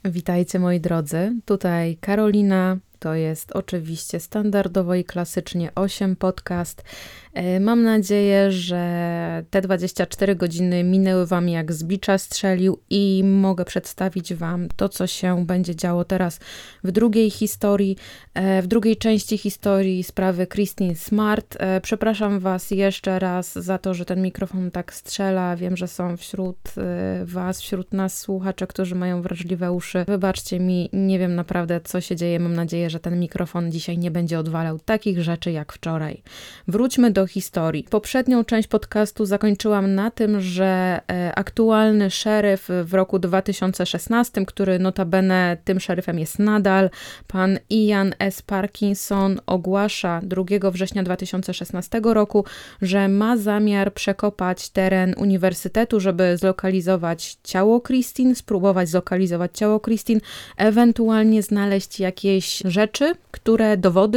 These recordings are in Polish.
Witajcie moi drodzy, tutaj Karolina, to jest oczywiście standardowo i klasycznie 8 podcast. Mam nadzieję, że te 24 godziny minęły Wam jak z bicza strzelił i mogę przedstawić Wam to, co się będzie działo teraz w drugiej historii, w drugiej części historii sprawy Christine Smart. Przepraszam Was jeszcze raz za to, że ten mikrofon tak strzela. Wiem, że są wśród Was, wśród nas słuchacze, którzy mają wrażliwe uszy. Wybaczcie mi, nie wiem naprawdę, co się dzieje. Mam nadzieję, że ten mikrofon dzisiaj nie będzie odwalał takich rzeczy jak wczoraj. Wróćmy do historii. Poprzednią część podcastu zakończyłam na tym, że aktualny szeryf w roku 2016, który notabene tym szeryfem jest nadal, pan Ian S. Parkinson, ogłasza 2 września 2016 roku, że ma zamiar przekopać teren uniwersytetu, żeby zlokalizować ciało Christine, spróbować zlokalizować ciało Christine, ewentualnie znaleźć jakieś rzeczy, dowody,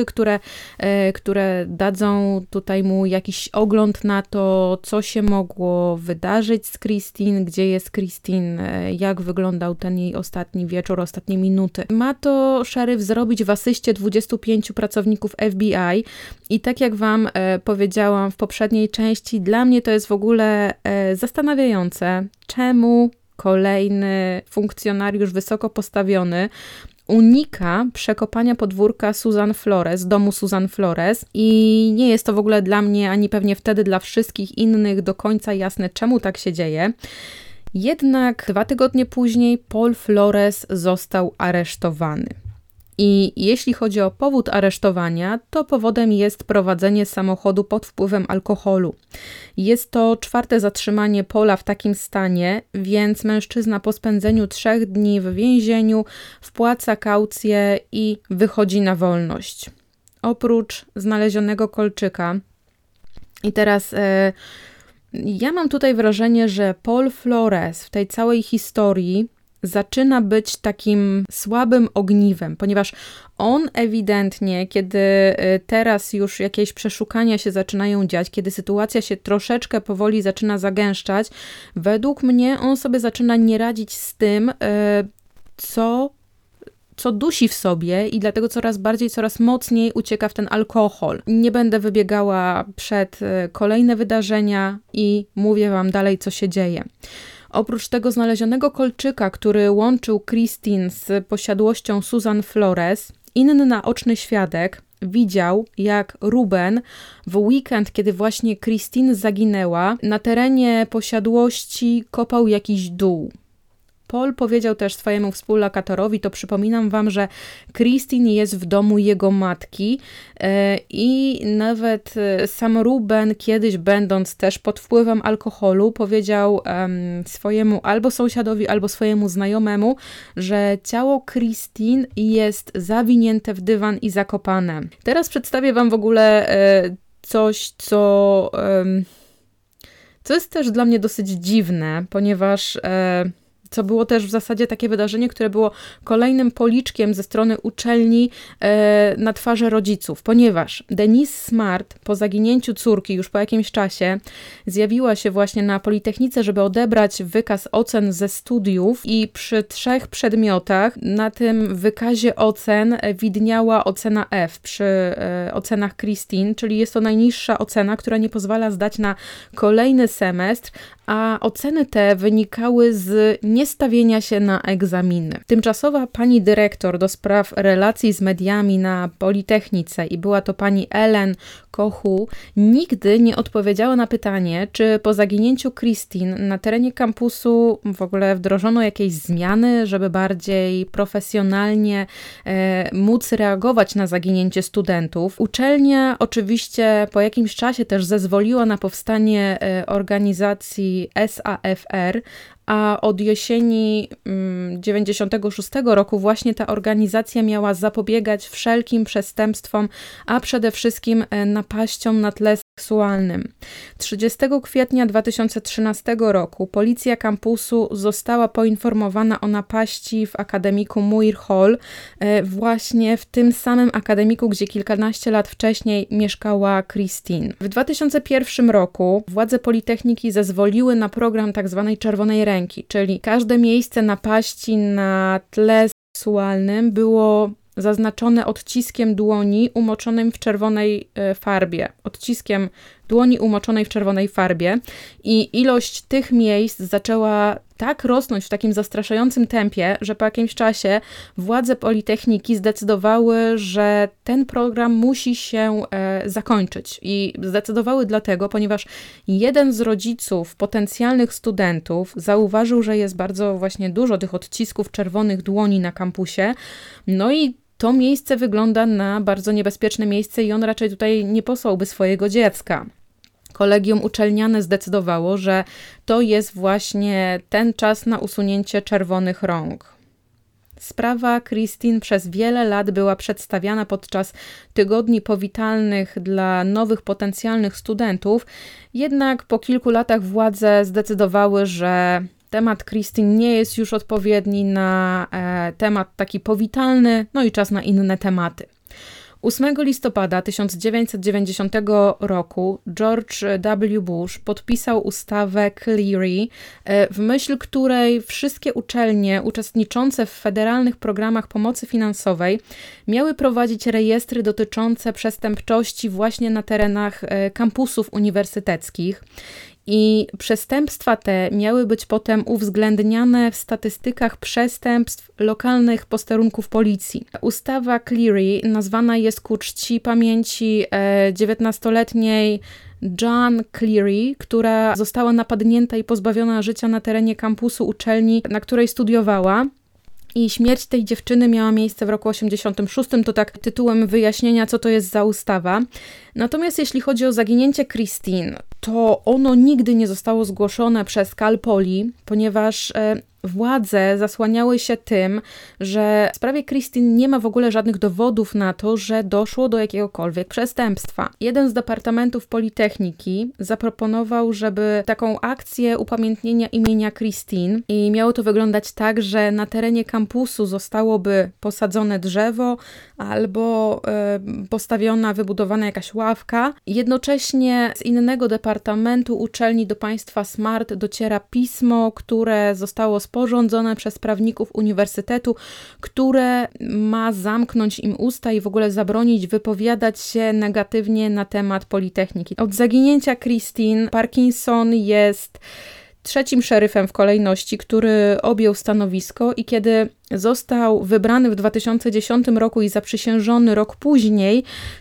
które dadzą tutaj mu jakiś ogląd na to, co się mogło wydarzyć z Christine, gdzie jest Christine, jak wyglądał ten jej ostatni wieczór, ostatnie minuty. Ma to szeryf zrobić w asyście 25 pracowników FBI i tak jak Wam powiedziałam w poprzedniej części, dla mnie to jest w ogóle zastanawiające, czemu kolejny funkcjonariusz wysoko postawiony unika przekopania podwórka Susan Flores, domu Susan Flores i nie jest to w ogóle dla mnie, ani pewnie wtedy dla wszystkich innych do końca jasne, czemu tak się dzieje. Jednak 2 tygodnie później Paul Flores został aresztowany. I jeśli chodzi o powód aresztowania, to powodem jest prowadzenie samochodu pod wpływem alkoholu. Jest to 4. zatrzymanie Paula w takim stanie, więc mężczyzna po spędzeniu 3 dni w więzieniu wpłaca kaucję i wychodzi na wolność. Oprócz znalezionego kolczyka. I teraz ja mam tutaj wrażenie, że Paul Flores w tej całej historii zaczyna być takim słabym ogniwem, ponieważ on ewidentnie, kiedy teraz już jakieś przeszukania się zaczynają dziać, kiedy sytuacja się troszeczkę powoli zaczyna zagęszczać, według mnie on sobie zaczyna nie radzić z tym, co dusi w sobie i dlatego coraz bardziej, coraz mocniej ucieka w ten alkohol. Nie będę wybiegała przed kolejne wydarzenia i mówię Wam dalej, co się dzieje. Oprócz tego znalezionego kolczyka, który łączył Christine z posiadłością Susan Flores, inny naoczny świadek widział, jak Ruben w weekend, kiedy właśnie Christine zaginęła, na terenie posiadłości kopał jakiś dół. Paul powiedział też swojemu współlokatorowi, to przypominam Wam, że Christine jest w domu jego matki i nawet sam Ruben kiedyś, będąc też pod wpływem alkoholu, powiedział swojemu albo sąsiadowi, albo swojemu znajomemu, że ciało Christine jest zawinięte w dywan i zakopane. Teraz przedstawię Wam w ogóle coś, co jest też dla mnie dosyć dziwne, ponieważ co było też w zasadzie takie wydarzenie, które było kolejnym policzkiem ze strony uczelni na twarzy rodziców, ponieważ Denise Smart po zaginięciu córki już po jakimś czasie zjawiła się właśnie na Politechnice, żeby odebrać wykaz ocen ze studiów i przy 3 przedmiotach na tym wykazie ocen widniała ocena F przy ocenach Christine, czyli jest to najniższa ocena, która nie pozwala zdać na kolejny semestr, a oceny te wynikały z niestawienia się na egzaminy. Tymczasowa pani dyrektor do spraw relacji z mediami na Politechnice i była to pani Ellen Kochu, nigdy nie odpowiedziała na pytanie, czy po zaginięciu Christine na terenie kampusu w ogóle wdrożono jakieś zmiany, żeby bardziej profesjonalnie móc reagować na zaginięcie studentów. Uczelnia oczywiście po jakimś czasie też zezwoliła na powstanie organizacji SAFR, a od jesieni 96 roku właśnie ta organizacja miała zapobiegać wszelkim przestępstwom, a przede wszystkim napaściom na tle seksualnym. 30 kwietnia 2013 roku policja kampusu została poinformowana o napaści w akademiku Muir Hall, właśnie w tym samym akademiku, gdzie kilkanaście lat wcześniej mieszkała Christine. W 2001 roku władze Politechniki zezwoliły na program tzw. czerwonej ręki, czyli każde miejsce napaści na tle seksualnym było zaznaczone odciskiem dłoni umoczonym w czerwonej farbie. Odciskiem dłoni umoczonej w czerwonej farbie i ilość tych miejsc zaczęła tak rosnąć w takim zastraszającym tempie, że po jakimś czasie władze Politechniki zdecydowały, że ten program musi się zakończyć. I zdecydowały dlatego, ponieważ jeden z rodziców potencjalnych studentów zauważył, że jest bardzo właśnie dużo tych odcisków czerwonych dłoni na kampusie. No i to miejsce wygląda na bardzo niebezpieczne miejsce i on raczej tutaj nie posłałby swojego dziecka. Kolegium uczelniane zdecydowało, że to jest właśnie ten czas na usunięcie czerwonych rąk. Sprawa Christine przez wiele lat była przedstawiana podczas tygodni powitalnych dla nowych potencjalnych studentów, jednak po kilku latach władze zdecydowały, że temat Christine nie jest już odpowiedni na temat taki powitalny, no i czas na inne tematy. 8 listopada 1990 roku George W. Bush podpisał ustawę Clery, w myśl której wszystkie uczelnie uczestniczące w federalnych programach pomocy finansowej miały prowadzić rejestry dotyczące przestępczości właśnie na terenach kampusów uniwersyteckich. I przestępstwa te miały być potem uwzględniane w statystykach przestępstw lokalnych posterunków policji. Ustawa Clery nazwana jest ku czci pamięci 19-letniej Jean Clery, która została napadnięta i pozbawiona życia na terenie kampusu uczelni, na której studiowała. I śmierć tej dziewczyny miała miejsce w roku 1986, to tak tytułem wyjaśnienia, co to jest za ustawa. Natomiast jeśli chodzi o zaginięcie Christine, to ono nigdy nie zostało zgłoszone przez Cal Poly, ponieważ władze zasłaniały się tym, że w sprawie Christine nie ma w ogóle żadnych dowodów na to, że doszło do jakiegokolwiek przestępstwa. Jeden z departamentów Politechniki zaproponował, żeby taką akcję upamiętnienia imienia Christine i miało to wyglądać tak, że na terenie kampusu zostałoby posadzone drzewo albo postawiona, wybudowana jakaś ławka. Jednocześnie z innego departamentu uczelni do państwa Smart dociera pismo, które zostało sporządzone przez prawników uniwersytetu, które ma zamknąć im usta i w ogóle zabronić wypowiadać się negatywnie na temat Politechniki. Od zaginięcia Christine Parkinson jest trzecim szeryfem w kolejności, który objął stanowisko i kiedy został wybrany w 2010 roku i zaprzysiężony rok później,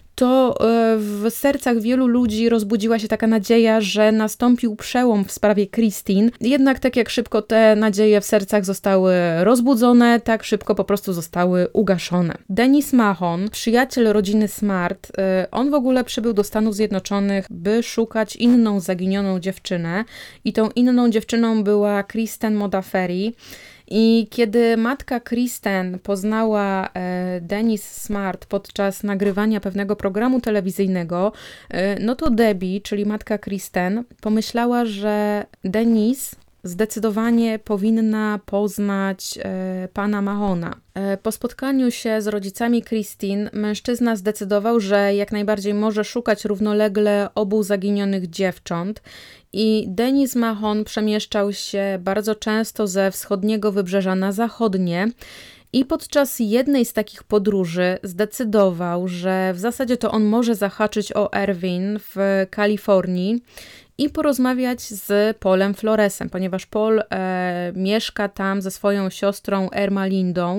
to w sercach wielu ludzi rozbudziła się taka nadzieja, że nastąpił przełom w sprawie Christine. Jednak tak jak szybko te nadzieje w sercach zostały rozbudzone, tak szybko po prostu zostały ugaszone. Dennis Mahon, przyjaciel rodziny Smart, on w ogóle przybył do Stanów Zjednoczonych, by szukać inną zaginioną dziewczynę i tą inną dziewczyną była Kristen Modafferi. I kiedy matka Kristen poznała Dennis Smart podczas nagrywania pewnego programu telewizyjnego, no to Debbie, czyli matka Kristen, pomyślała, że Dennis zdecydowanie powinna poznać pana Mahona. Po spotkaniu się z rodzicami Christine, mężczyzna zdecydował, że jak najbardziej może szukać równolegle obu zaginionych dziewcząt i Dennis Mahon przemieszczał się bardzo często ze wschodniego wybrzeża na zachodnie i podczas jednej z takich podróży zdecydował, że w zasadzie to on może zahaczyć o Irvine w Kalifornii i porozmawiać z Paulem Floresem, ponieważ Paul mieszka tam ze swoją siostrą Ermalindą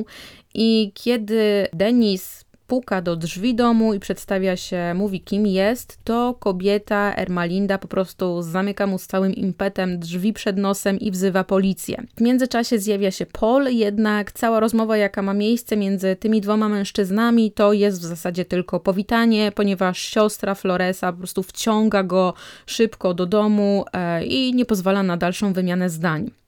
i kiedy Dennis puka do drzwi domu i przedstawia się, mówi kim jest, to kobieta Ermalinda po prostu zamyka mu z całym impetem drzwi przed nosem i wzywa policję. W międzyczasie zjawia się Paul, jednak cała rozmowa, jaka ma miejsce między tymi dwoma mężczyznami, to jest w zasadzie tylko powitanie, ponieważ siostra Floresa po prostu wciąga go szybko do domu i nie pozwala na dalszą wymianę zdań.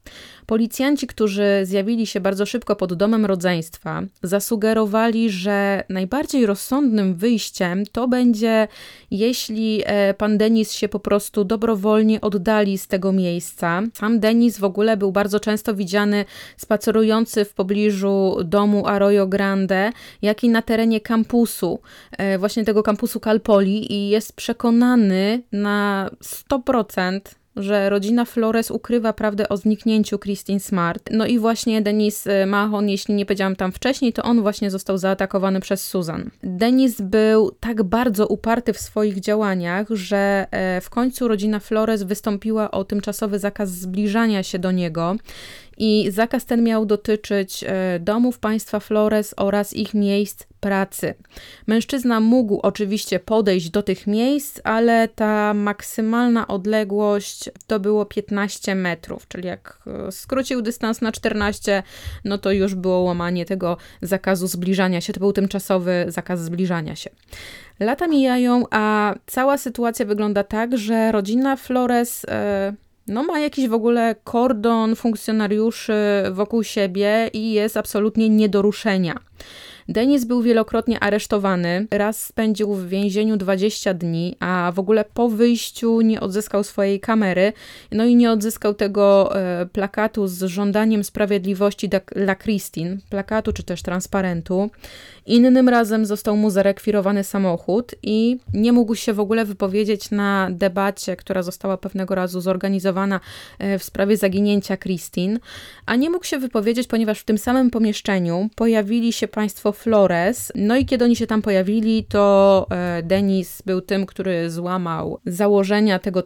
Policjanci, którzy zjawili się bardzo szybko pod domem rodzeństwa, zasugerowali, że najbardziej rozsądnym wyjściem to będzie, jeśli pan Denis się po prostu dobrowolnie oddali z tego miejsca. Sam Denis w ogóle był bardzo często widziany spacerujący w pobliżu domu Arroyo Grande, jak i na terenie kampusu, właśnie tego kampusu Cal Poly, i jest przekonany na 100%, że rodzina Flores ukrywa prawdę o zniknięciu Christine Smart. No i właśnie Denis Mahon, jeśli nie powiedziałam tam wcześniej, to on właśnie został zaatakowany przez Susan. Denis był tak bardzo uparty w swoich działaniach, że w końcu rodzina Flores wystąpiła o tymczasowy zakaz zbliżania się do niego. I zakaz ten miał dotyczyć domów państwa Flores oraz ich miejsc pracy. Mężczyzna mógł oczywiście podejść do tych miejsc, ale ta maksymalna odległość to było 15 metrów, czyli jak skrócił dystans na 14, no to już było łamanie tego zakazu zbliżania się. To był tymczasowy zakaz zbliżania się. Lata mijają, a cała sytuacja wygląda tak, że rodzina Flores ma jakiś w ogóle kordon funkcjonariuszy wokół siebie i jest absolutnie nie do ruszenia. Denis był wielokrotnie aresztowany, raz spędził w więzieniu 20 dni, a w ogóle po wyjściu nie odzyskał swojej kamery, no i nie odzyskał tego plakatu z żądaniem sprawiedliwości dla Christine, plakatu czy też transparentu. Innym razem został mu zarekwirowany samochód i nie mógł się w ogóle wypowiedzieć na debacie, która została pewnego razu zorganizowana w sprawie zaginięcia Christine, a nie mógł się wypowiedzieć, ponieważ w tym samym pomieszczeniu pojawili się państwo Flores, no i kiedy oni się tam pojawili, to Denis był tym, który złamał założenia tego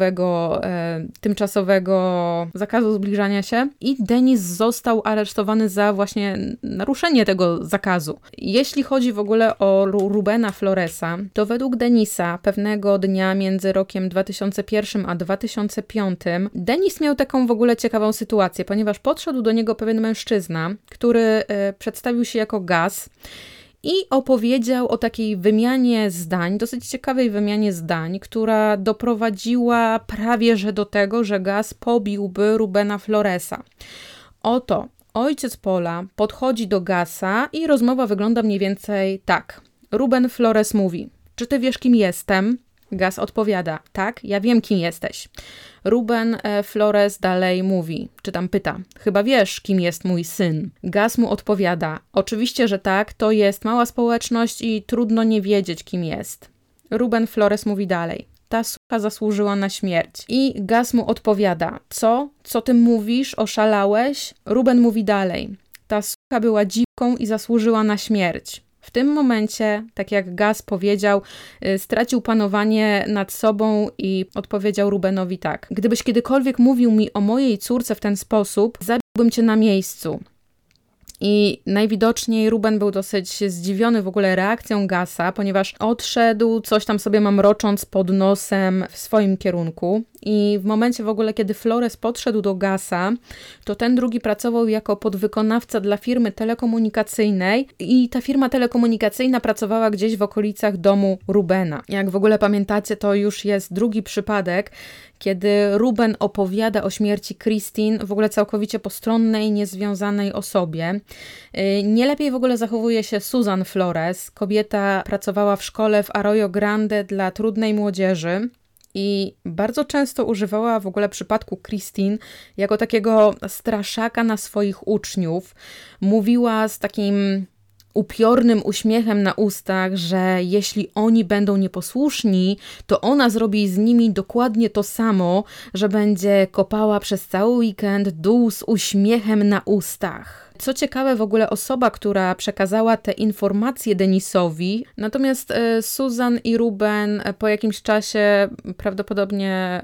tymczasowego zakazu zbliżania się i Denis został aresztowany za właśnie naruszenie tego zakazu. Jeśli chodzi w ogóle o Rubena Floresa, to według Denisa pewnego dnia między rokiem 2001 a 2005 Denis miał taką w ogóle ciekawą sytuację, ponieważ podszedł do niego pewien mężczyzna, który przedstawił się jako Gus i opowiedział o takiej wymianie zdań, dosyć ciekawej wymianie zdań, która doprowadziła prawie że do tego, że Gus pobiłby Rubena Floresa. Oto ojciec Paula podchodzi do Gusa i rozmowa wygląda mniej więcej tak. Ruben Flores mówi: czy ty wiesz, kim jestem? Gus odpowiada: tak, ja wiem, kim jesteś. Ruben Flores dalej mówi, czy tam pyta: chyba wiesz, kim jest mój syn? Gus mu odpowiada: oczywiście, że tak, to jest mała społeczność i trudno nie wiedzieć, kim jest. Ruben Flores mówi dalej: ta suka zasłużyła na śmierć. I Gus mu odpowiada: co? Co ty mówisz? Oszalałeś? Ruben mówi dalej: ta suka była dziwką i zasłużyła na śmierć. W tym momencie, tak jak Gus powiedział, stracił panowanie nad sobą i odpowiedział Rubenowi tak: gdybyś kiedykolwiek mówił mi o mojej córce w ten sposób, zabiłbym cię na miejscu. I najwidoczniej Ruben był dosyć zdziwiony w ogóle reakcją Gusa, ponieważ odszedł, coś tam sobie mamrocząc pod nosem w swoim kierunku. I w momencie w ogóle, kiedy Flores podszedł do Gusa, to ten drugi pracował jako podwykonawca dla firmy telekomunikacyjnej i ta firma telekomunikacyjna pracowała gdzieś w okolicach domu Rubena. Jak w ogóle pamiętacie, to już jest drugi przypadek, kiedy Ruben opowiada o śmierci Christine w ogóle całkowicie postronnej, niezwiązanej osobie. Nie lepiej w ogóle zachowuje się Susan Flores. Kobieta pracowała w szkole w Arroyo Grande dla trudnej młodzieży i bardzo często używała w ogóle przypadku Christine jako takiego straszaka na swoich uczniów. Mówiła z takim upiornym uśmiechem na ustach, że jeśli oni będą nieposłuszni, to ona zrobi z nimi dokładnie to samo, że będzie kopała przez cały weekend dół z uśmiechem na ustach. Co ciekawe, w ogóle osoba, która przekazała te informacje Denisowi, natomiast Susan i Ruben po jakimś czasie prawdopodobnie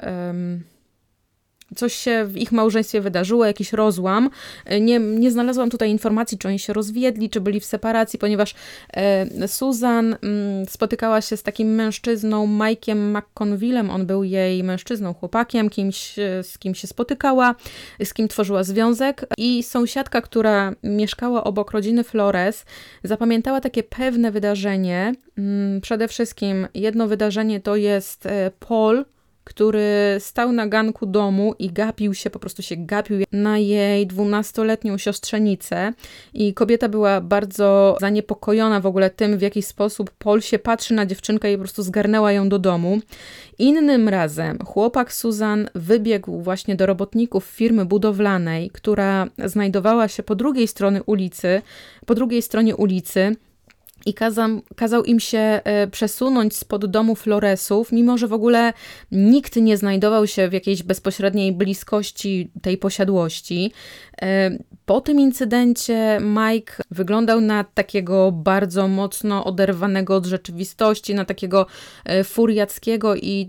coś się w ich małżeństwie wydarzyło, jakiś rozłam. Nie znalazłam tutaj informacji, czy oni się rozwiedli, czy byli w separacji, ponieważ Susan spotykała się z takim mężczyzną, Mike'iem McConvillem. On był jej mężczyzną, chłopakiem, kimś, z kim się spotykała, z kim tworzyła związek. I sąsiadka, która mieszkała obok rodziny Flores, zapamiętała takie pewne wydarzenie. Przede wszystkim jedno wydarzenie to jest Paul, który stał na ganku domu i po prostu się gapił na jej 12-letnią siostrzenicę i kobieta była bardzo zaniepokojona w ogóle tym, w jaki sposób Paul się patrzy na dziewczynkę i po prostu zgarnęła ją do domu. Innym razem chłopak Susan wybiegł właśnie do robotników firmy budowlanej, która znajdowała się po drugiej stronie ulicy, i kazał im się przesunąć spod domu Floresów, mimo że w ogóle nikt nie znajdował się w jakiejś bezpośredniej bliskości tej posiadłości. Po tym incydencie Mike wyglądał na takiego bardzo mocno oderwanego od rzeczywistości, na takiego furiackiego i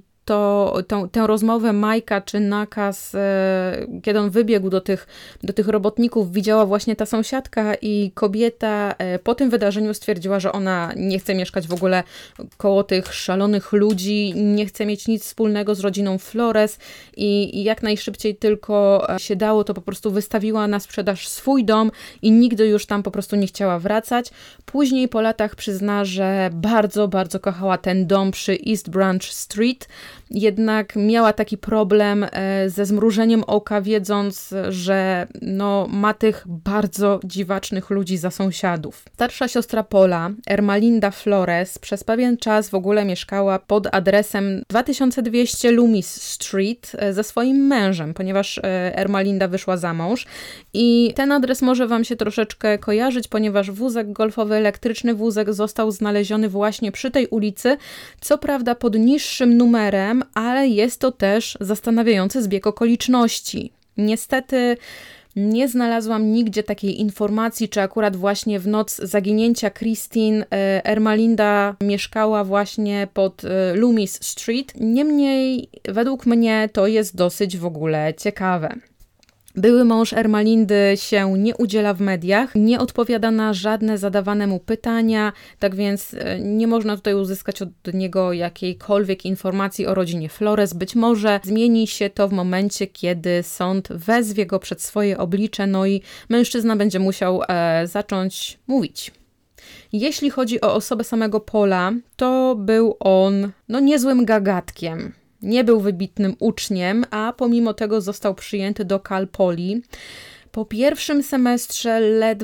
tę rozmowę Majka czy nakaz, kiedy on wybiegł do tych robotników, widziała właśnie ta sąsiadka i kobieta po tym wydarzeniu stwierdziła, że ona nie chce mieszkać w ogóle koło tych szalonych ludzi, nie chce mieć nic wspólnego z rodziną Flores i jak najszybciej tylko się dało, to po prostu wystawiła na sprzedaż swój dom i nigdy już tam po prostu nie chciała wracać. Później po latach przyzna, że bardzo, bardzo kochała ten dom przy East Branch Street, jednak miała taki problem ze zmrużeniem oka, wiedząc, że ma tych bardzo dziwacznych ludzi za sąsiadów. Starsza siostra Paula, Ermalinda Flores, przez pewien czas w ogóle mieszkała pod adresem 2200 Loomis Street ze swoim mężem, ponieważ Ermalinda wyszła za mąż i ten adres może wam się troszeczkę kojarzyć, ponieważ wózek golfowy, elektryczny wózek został znaleziony właśnie przy tej ulicy, co prawda pod niższym numerem, ale jest to też zastanawiający zbieg okoliczności. Niestety nie znalazłam nigdzie takiej informacji, czy akurat właśnie w noc zaginięcia Christine Ermalinda mieszkała właśnie pod Loomis Street. Niemniej według mnie to jest dosyć w ogóle ciekawe. Były mąż Ermalindy się nie udziela w mediach, nie odpowiada na żadne zadawane mu pytania, tak więc nie można tutaj uzyskać od niego jakiejkolwiek informacji o rodzinie Flores. Być może zmieni się to w momencie, kiedy sąd wezwie go przed swoje oblicze, i mężczyzna będzie musiał zacząć mówić. Jeśli chodzi o osobę samego Paula, to był on niezłym gagatkiem. Nie był wybitnym uczniem, a pomimo tego został przyjęty do Cal Poly. Po pierwszym semestrze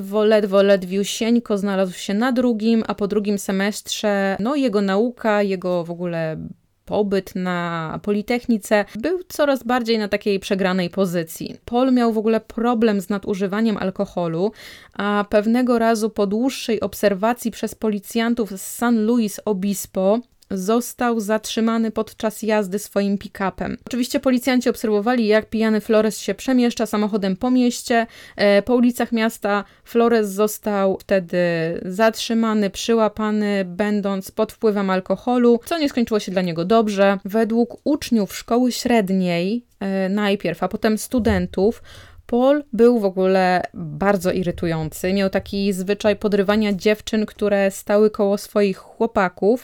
ledwiusieńko znalazł się na drugim, a po drugim semestrze jego nauka, jego w ogóle pobyt na Politechnice był coraz bardziej na takiej przegranej pozycji. Paul miał w ogóle problem z nadużywaniem alkoholu, a pewnego razu po dłuższej obserwacji przez policjantów z San Luis Obispo został zatrzymany podczas jazdy swoim pick-upem. Oczywiście policjanci obserwowali, jak pijany Flores się przemieszcza samochodem po mieście. Po ulicach miasta Flores został wtedy zatrzymany, przyłapany, będąc pod wpływem alkoholu, co nie skończyło się dla niego dobrze. Według uczniów szkoły średniej najpierw, a potem studentów, Paul był w ogóle bardzo irytujący. Miał taki zwyczaj podrywania dziewczyn, które stały koło swoich chłopaków,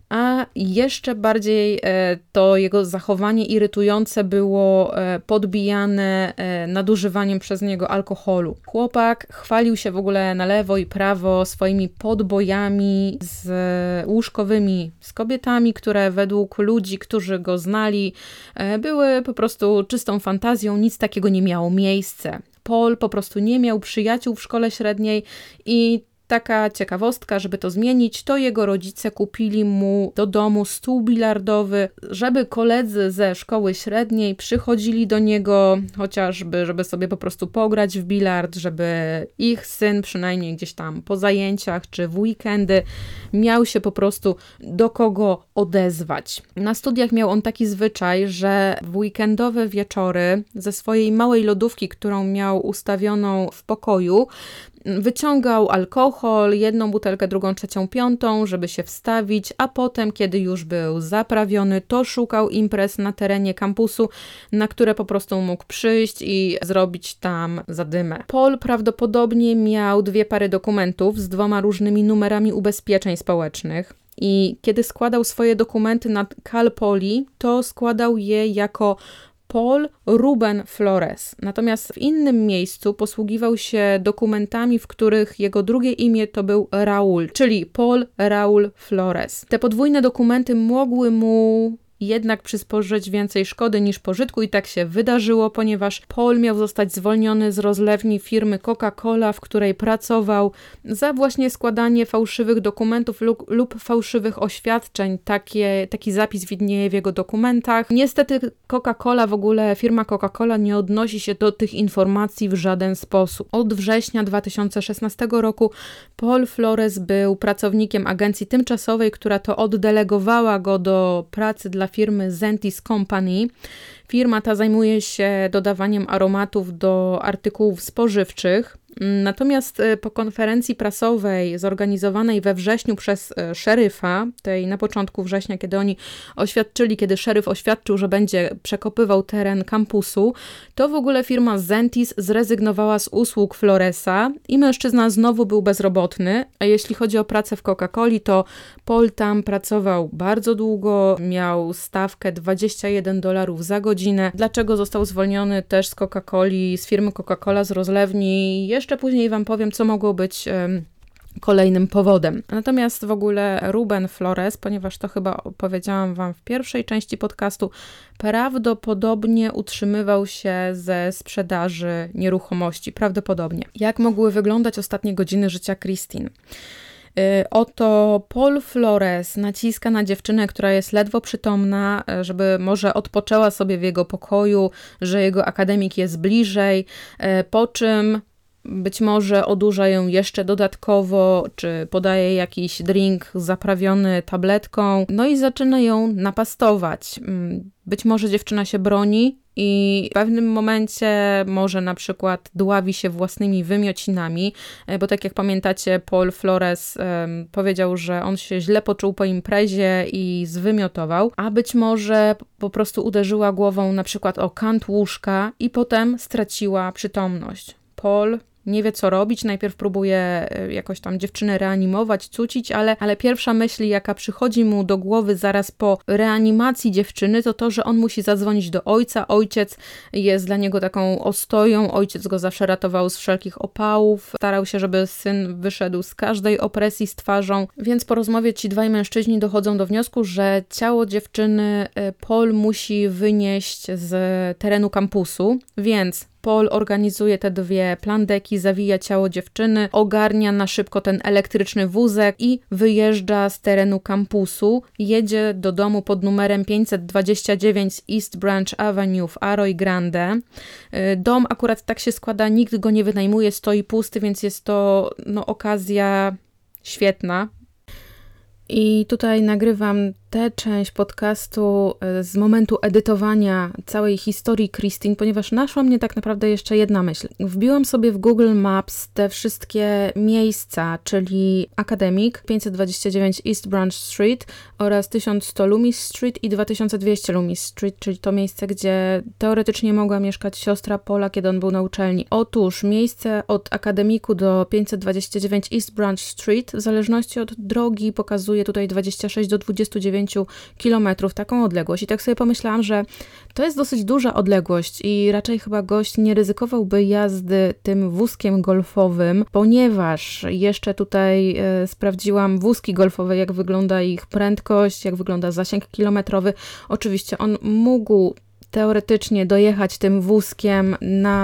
a jeszcze bardziej to jego zachowanie irytujące było podbijane nadużywaniem przez niego alkoholu. Chłopak chwalił się w ogóle na lewo i prawo swoimi podbojami łóżkowymi z kobietami, które według ludzi, którzy go znali, były po prostu czystą fantazją, nic takiego nie miało miejsca. Paul po prostu nie miał przyjaciół w szkole średniej i taka ciekawostka, żeby to zmienić, to jego rodzice kupili mu do domu stół bilardowy, żeby koledzy ze szkoły średniej przychodzili do niego, chociażby, żeby sobie po prostu pograć w bilard, żeby ich syn przynajmniej gdzieś tam po zajęciach czy w weekendy miał się po prostu do kogo odezwać. Na studiach miał on taki zwyczaj, że w weekendowe wieczory ze swojej małej lodówki, którą miał ustawioną w pokoju, wyciągał alkohol, jedną butelkę, drugą, trzecią, piątą, żeby się wstawić, a potem, kiedy już był zaprawiony, to szukał imprez na terenie kampusu, na które po prostu mógł przyjść i zrobić tam zadymę. Paul prawdopodobnie miał 2 pary dokumentów z 2 różnymi numerami ubezpieczeń społecznych. I kiedy składał swoje dokumenty na Cal Poly, to składał je jako Paul Ruben Flores. Natomiast w innym miejscu posługiwał się dokumentami, w których jego drugie imię to był Raul, czyli Paul Raul Flores. Te podwójne dokumenty mogły mu jednak przysporzyć więcej szkody niż pożytku i tak się wydarzyło, ponieważ Paul miał zostać zwolniony z rozlewni firmy Coca-Cola, w której pracował, za właśnie składanie fałszywych dokumentów lub fałszywych oświadczeń. Taki zapis widnieje w jego dokumentach. Niestety firma Coca-Cola nie odnosi się do tych informacji w żaden sposób. Od września 2016 roku Paul Flores był pracownikiem agencji tymczasowej, która to oddelegowała go do pracy dla firmy Zentis Company. Firma ta zajmuje się dodawaniem aromatów do artykułów spożywczych. Natomiast po konferencji prasowej zorganizowanej we wrześniu przez szeryfa, tej na początku września, kiedy szeryf oświadczył, że będzie przekopywał teren kampusu, to w ogóle firma Zentis zrezygnowała z usług Floresa i mężczyzna znowu był bezrobotny. A jeśli chodzi o pracę w Coca-Coli, to Paul tam pracował bardzo długo, miał stawkę $21 za godzinę. Dlaczego został zwolniony też z Coca-Coli, z firmy Coca-Cola, z rozlewni? Jeszcze później wam powiem, co mogło być kolejnym powodem. Natomiast w ogóle Ruben Flores, ponieważ to chyba powiedziałam wam w pierwszej części podcastu, prawdopodobnie utrzymywał się ze sprzedaży nieruchomości. Prawdopodobnie. Jak mogły wyglądać ostatnie godziny życia Christine? Oto Paul Flores naciska na dziewczynę, która jest ledwo przytomna, żeby może odpoczęła sobie w jego pokoju, że jego akademik jest bliżej, po czym być może odurza ją jeszcze dodatkowo, czy podaje jakiś drink zaprawiony tabletką, no i zaczyna ją napastować. Być może dziewczyna się broni i w pewnym momencie może na przykład dławi się własnymi wymiocinami, bo tak jak pamiętacie, Paul Flores powiedział, że on się źle poczuł po imprezie i zwymiotował, a być może po prostu uderzyła głową na przykład o kant łóżka i potem straciła przytomność. Paul nie wie, co robić. Najpierw próbuje jakoś tam dziewczynę reanimować, cucić, ale pierwsza myśl, jaka przychodzi mu do głowy zaraz po reanimacji dziewczyny, to to, że on musi zadzwonić do ojca. Ojciec jest dla niego taką ostoją. Ojciec go zawsze ratował z wszelkich opałów. Starał się, żeby syn wyszedł z każdej opresji z twarzą. Więc po rozmowie ci dwaj mężczyźni dochodzą do wniosku, że ciało dziewczyny Paul musi wynieść z terenu kampusu, więc Paul organizuje te dwie plandeki, zawija ciało dziewczyny, ogarnia na szybko ten elektryczny wózek i wyjeżdża z terenu kampusu. Jedzie do domu pod numerem 529 East Branch Avenue w Arroyo Grande. Dom akurat tak się składa, nikt go nie wynajmuje, stoi pusty, więc jest to okazja świetna. I tutaj nagrywam tę część podcastu z momentu edytowania całej historii Christine, ponieważ naszła mnie tak naprawdę jeszcze jedna myśl. Wbiłam sobie w Google Maps te wszystkie miejsca, czyli Academic, 529 East Branch Street oraz 1100 Loomis Street i 2200 Loomis Street, czyli to miejsce, gdzie teoretycznie mogła mieszkać siostra Paula, kiedy on był na uczelni. Otóż miejsce od Akademiku do 529 East Branch Street, w zależności od drogi, pokazuje tutaj 26 do 29 kilometrów, taką odległość. I tak sobie pomyślałam, że to jest dosyć duża odległość i raczej chyba gość nie ryzykowałby jazdy tym wózkiem golfowym, ponieważ jeszcze tutaj sprawdziłam wózki golfowe, jak wygląda ich prędkość, jak wygląda zasięg kilometrowy. Oczywiście on mógł teoretycznie dojechać tym wózkiem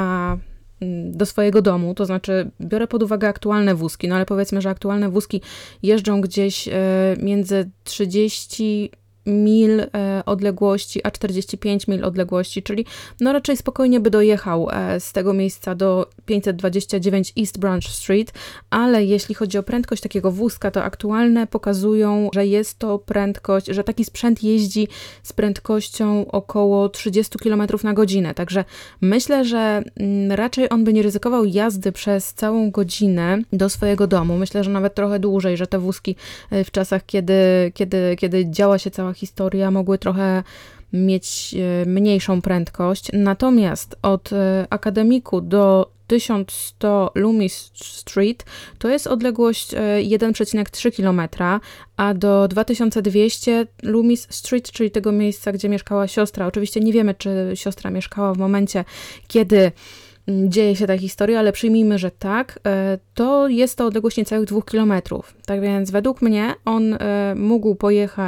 do swojego domu, to znaczy biorę pod uwagę aktualne wózki, ale powiedzmy, że aktualne wózki jeżdżą gdzieś między 30 mil odległości, a 45 mil odległości, czyli raczej spokojnie by dojechał z tego miejsca do 529 East Branch Street, ale jeśli chodzi o prędkość takiego wózka, to aktualne pokazują, że jest to prędkość, że taki sprzęt jeździ z prędkością około 30 km na godzinę, także myślę, że raczej on by nie ryzykował jazdy przez całą godzinę do swojego domu. Myślę, że nawet trochę dłużej, że te wózki w czasach, kiedy działa się cała historia, mogły trochę mieć mniejszą prędkość. Natomiast od Akademiku do 1100 Loomis Street to jest odległość 1,3 km, a do 2200 Loomis Street, czyli tego miejsca, gdzie mieszkała siostra. Oczywiście nie wiemy, czy siostra mieszkała w momencie, kiedy dzieje się ta historia, ale przyjmijmy, że tak, to jest to odległość niecałych 2 km. Tak więc według mnie on mógł pojechać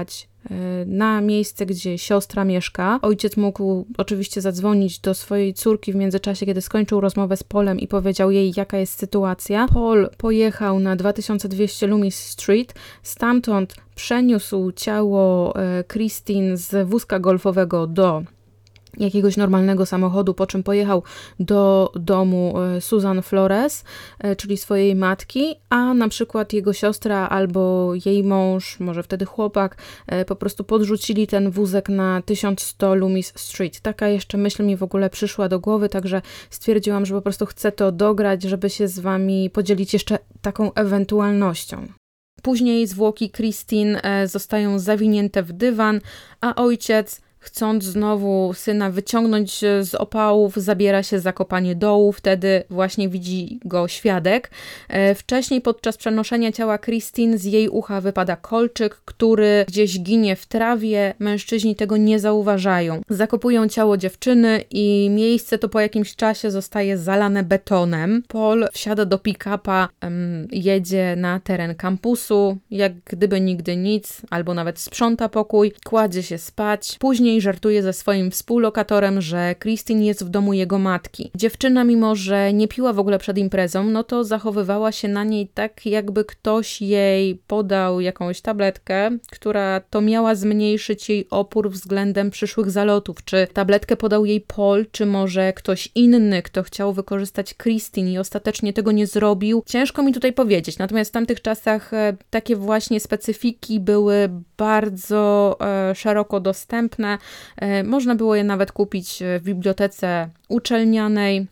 na miejsce, gdzie siostra mieszka. Ojciec mógł oczywiście zadzwonić do swojej córki w międzyczasie, kiedy skończył rozmowę z Paulem i powiedział jej, jaka jest sytuacja. Paul pojechał na 2200 Loomis Street, stamtąd przeniósł ciało Christine z wózka golfowego do jakiegoś normalnego samochodu, po czym pojechał do domu Susan Flores, czyli swojej matki, a na przykład jego siostra albo jej mąż, może wtedy chłopak, po prostu podrzucili ten wózek na 1100 Loomis Street. Taka jeszcze myśl mi w ogóle przyszła do głowy, także stwierdziłam, że po prostu chcę to dograć, żeby się z wami podzielić jeszcze taką ewentualnością. Później zwłoki Christine zostają zawinięte w dywan, a ojciec, chcąc znowu syna wyciągnąć z opałów, zabiera się za kopanie dołu, wtedy właśnie widzi go świadek. Wcześniej podczas przenoszenia ciała Christine z jej ucha wypada kolczyk, który gdzieś ginie w trawie, mężczyźni tego nie zauważają. Zakopują ciało dziewczyny i miejsce to po jakimś czasie zostaje zalane betonem. Paul wsiada do pick-upa, jedzie na teren kampusu, jak gdyby nigdy nic, albo nawet sprząta pokój, kładzie się spać. Później żartuje ze swoim współlokatorem, że Christine jest w domu jego matki. Dziewczyna, mimo że nie piła w ogóle przed imprezą, no to zachowywała się na niej tak, jakby ktoś jej podał jakąś tabletkę, która to miała zmniejszyć jej opór względem przyszłych zalotów. Czy tabletkę podał jej Paul, czy może ktoś inny, kto chciał wykorzystać Christine i ostatecznie tego nie zrobił. Ciężko mi tutaj powiedzieć, natomiast w tamtych czasach takie właśnie specyfiki były bardzo szeroko dostępne. Można było je nawet kupić w bibliotece uczelnianej.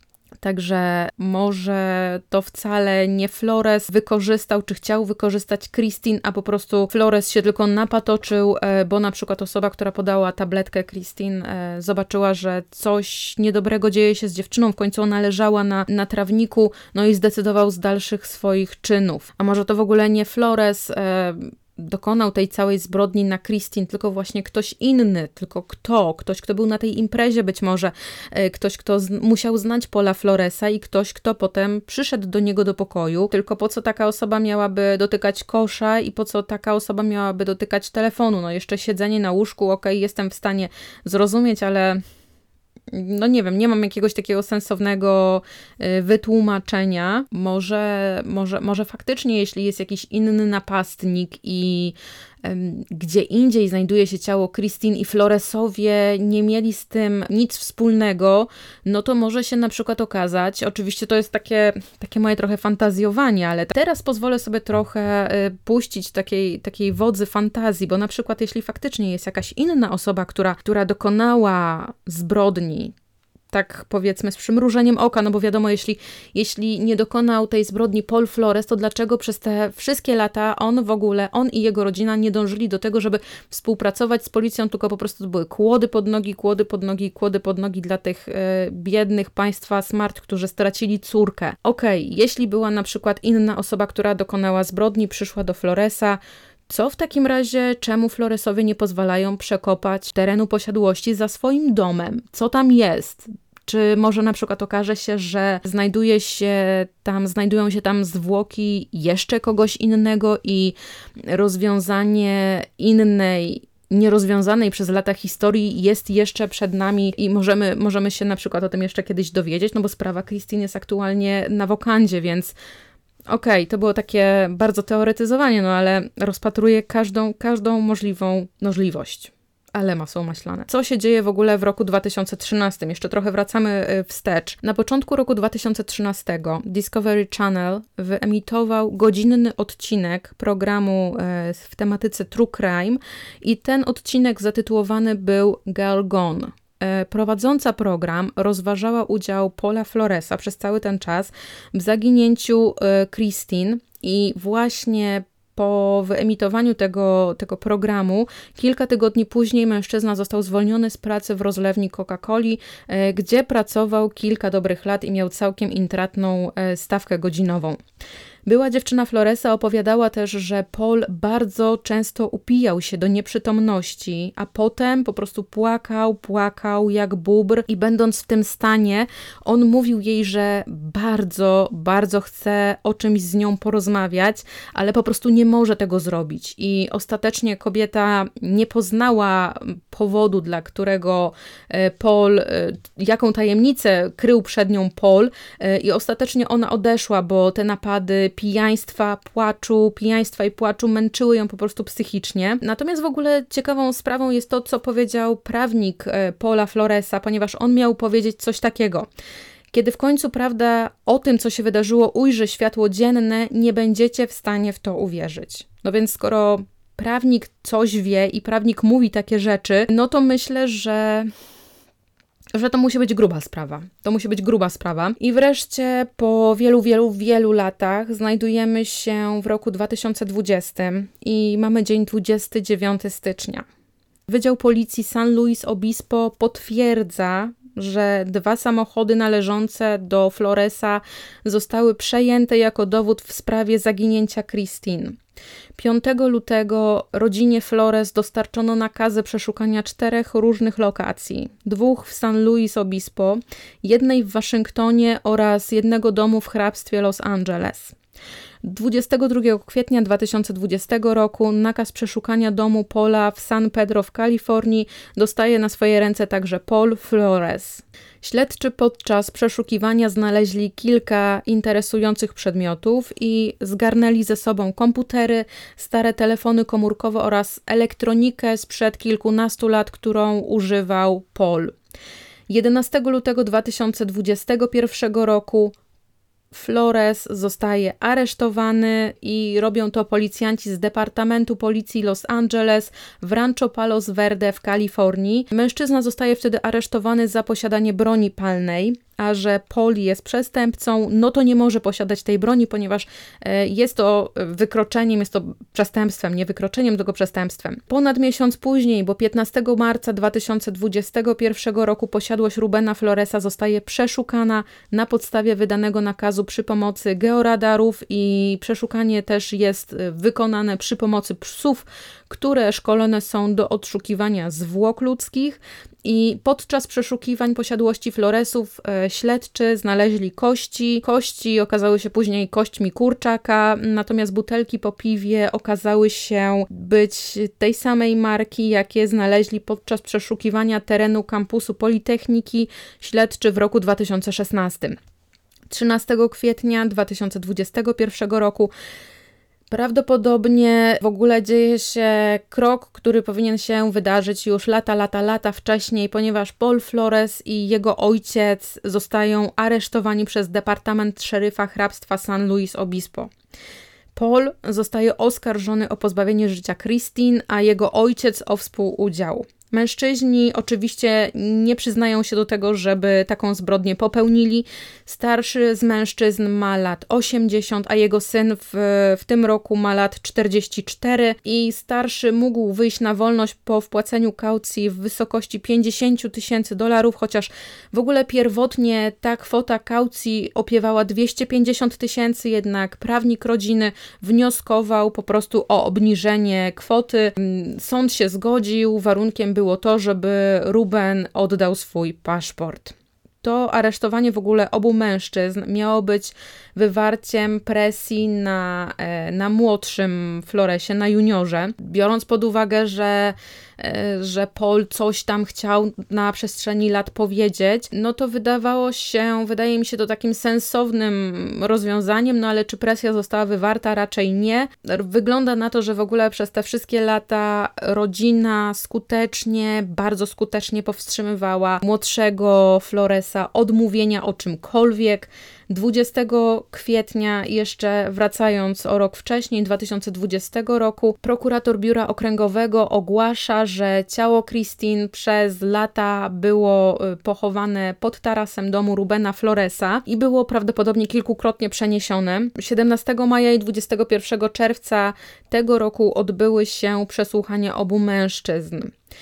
Także może to wcale nie Flores wykorzystał, czy chciał wykorzystać Christine, a po prostu Flores się tylko napatoczył, bo na przykład osoba, która podała tabletkę Christine, zobaczyła, że coś niedobrego dzieje się z dziewczyną, w końcu ona leżała na trawniku, no i zdecydował z dalszych swoich czynów. A może to w ogóle nie Flores dokonał tej całej zbrodni na Christine, tylko właśnie ktoś inny, tylko ktoś, kto był na tej imprezie być może, ktoś, kto musiał znać Paula Floresa i ktoś, kto potem przyszedł do niego do pokoju, tylko po co taka osoba miałaby dotykać kosza i po co taka osoba miałaby dotykać telefonu, no jeszcze siedzenie na łóżku, okej, jestem w stanie zrozumieć, ale no nie wiem, nie mam jakiegoś takiego sensownego wytłumaczenia. Może faktycznie, jeśli jest jakiś inny napastnik i gdzie indziej znajduje się ciało Christine i Floresowie nie mieli z tym nic wspólnego, no to może się na przykład okazać, oczywiście to jest takie moje trochę fantazjowanie, ale teraz pozwolę sobie trochę puścić takiej wodzy fantazji, bo na przykład jeśli faktycznie jest jakaś inna osoba, która dokonała zbrodni, tak powiedzmy z przymrużeniem oka, no bo wiadomo, jeśli nie dokonał tej zbrodni Paul Flores, to dlaczego przez te wszystkie lata on i jego rodzina nie dążyli do tego, żeby współpracować z policją, tylko po prostu to były kłody pod nogi dla tych biednych państwa smart, którzy stracili córkę. Okej, jeśli była na przykład inna osoba, która dokonała zbrodni, przyszła do Floresa, co w takim razie, czemu Floresowie nie pozwalają przekopać terenu posiadłości za swoim domem? Co tam jest? Czy może na przykład okaże się, że znajdują się tam zwłoki jeszcze kogoś innego i rozwiązanie innej, nierozwiązanej przez lata historii jest jeszcze przed nami i możemy się na przykład o tym jeszcze kiedyś dowiedzieć, no bo sprawa Christine jest aktualnie na wokandzie, więc okej, to było takie bardzo teoretyzowanie, no ale rozpatruję każdą możliwą możliwość. Ale masło maślane. Co się dzieje w ogóle w roku 2013? Jeszcze trochę wracamy wstecz. Na początku roku 2013 Discovery Channel wyemitował godzinny odcinek programu w tematyce True Crime i ten odcinek zatytułowany był Girl Gone. Prowadząca program rozważała udział Paula Floresa przez cały ten czas w zaginięciu Christine i właśnie po wyemitowaniu tego programu, kilka tygodni później mężczyzna został zwolniony z pracy w rozlewni Coca-Coli, gdzie pracował kilka dobrych lat i miał całkiem intratną stawkę godzinową. Była dziewczyna Floresa opowiadała też, że Paul bardzo często upijał się do nieprzytomności, a potem po prostu płakał jak bóbr i będąc w tym stanie, on mówił jej, że bardzo, bardzo chce o czymś z nią porozmawiać, ale po prostu nie może tego zrobić. I ostatecznie kobieta nie poznała powodu, dla którego Paul, jaką tajemnicę krył przed nią Paul i ostatecznie ona odeszła, bo te napady pijaństwa i płaczu męczyły ją po prostu psychicznie. Natomiast w ogóle ciekawą sprawą jest to, co powiedział prawnik Paula Floresa, ponieważ on miał powiedzieć coś takiego. Kiedy w końcu prawda o tym, co się wydarzyło, ujrzy światło dzienne, nie będziecie w stanie w to uwierzyć. No więc skoro prawnik coś wie i prawnik mówi takie rzeczy, no to myślę, że to musi być gruba sprawa. To musi być gruba sprawa. I wreszcie po wielu latach znajdujemy się w roku 2020 i mamy dzień 29 stycznia. Wydział Policji San Luis Obispo potwierdza, że 2 samochody należące do Floresa zostały przejęte jako dowód w sprawie zaginięcia Christine. 5 lutego rodzinie Flores dostarczono nakazy przeszukania 4 różnych lokacji. 2 w San Luis Obispo, 1 w Waszyngtonie oraz 1 domu w hrabstwie Los Angeles. 22 kwietnia 2020 roku nakaz przeszukania domu Paula w San Pedro w Kalifornii dostaje na swoje ręce także Paul Flores. Śledczy podczas przeszukiwania znaleźli kilka interesujących przedmiotów i zgarnęli ze sobą komputery, stare telefony komórkowe oraz elektronikę sprzed kilkunastu lat, którą używał Paul. 11 lutego 2021 roku Flores zostaje aresztowany i robią to policjanci z Departamentu Policji Los Angeles w Rancho Palos Verde w Kalifornii. Mężczyzna zostaje wtedy aresztowany za posiadanie broni palnej, a że Paul jest przestępcą, no to nie może posiadać tej broni, ponieważ jest to wykroczeniem, jest to przestępstwem, nie wykroczeniem, tylko przestępstwem. Ponad miesiąc później, bo 15 marca 2021 roku posiadłość Rubena Floresa zostaje przeszukana na podstawie wydanego nakazu przy pomocy georadarów i przeszukanie też jest wykonane przy pomocy psów, które szkolone są do odszukiwania zwłok ludzkich. I podczas przeszukiwań posiadłości Floresów śledczy znaleźli kości. Kości okazały się później kośćmi kurczaka, natomiast butelki po piwie okazały się być tej samej marki, jakie znaleźli podczas przeszukiwania terenu kampusu Politechniki śledczy w roku 2016. 13 kwietnia 2021 roku prawdopodobnie w ogóle dzieje się krok, który powinien się wydarzyć już lata wcześniej, ponieważ Paul Flores i jego ojciec zostają aresztowani przez Departament Szeryfa Hrabstwa San Luis Obispo. Paul zostaje oskarżony o pozbawienie życia Christine, a jego ojciec o współudział. Mężczyźni oczywiście nie przyznają się do tego, żeby taką zbrodnię popełnili. Starszy z mężczyzn ma lat 80, a jego syn w tym roku ma lat 44 i starszy mógł wyjść na wolność po wpłaceniu kaucji w wysokości $50,000, chociaż w ogóle pierwotnie ta kwota kaucji opiewała $250,000, jednak prawnik rodziny wnioskował po prostu o obniżenie kwoty. Sąd się zgodził, warunkiem było to, żeby Ruben oddał swój paszport. To aresztowanie w ogóle obu mężczyzn miało być wywarciem presji na młodszym Floresie, na juniorze, biorąc pod uwagę, że Paul coś tam chciał na przestrzeni lat powiedzieć, no to wydaje mi się to takim sensownym rozwiązaniem, no ale czy presja została wywarta? Raczej nie. Wygląda na to, że w ogóle przez te wszystkie lata rodzina bardzo skutecznie powstrzymywała młodszego Floresa od mówienia o czymkolwiek. 20 kwietnia, jeszcze wracając o rok wcześniej, 2020 roku, prokurator Biura Okręgowego ogłasza, że ciało Christine przez lata było pochowane pod tarasem domu Rubena Floresa i było prawdopodobnie kilkukrotnie przeniesione. 17 maja i 21 czerwca tego roku odbyły się przesłuchania obu mężczyzn.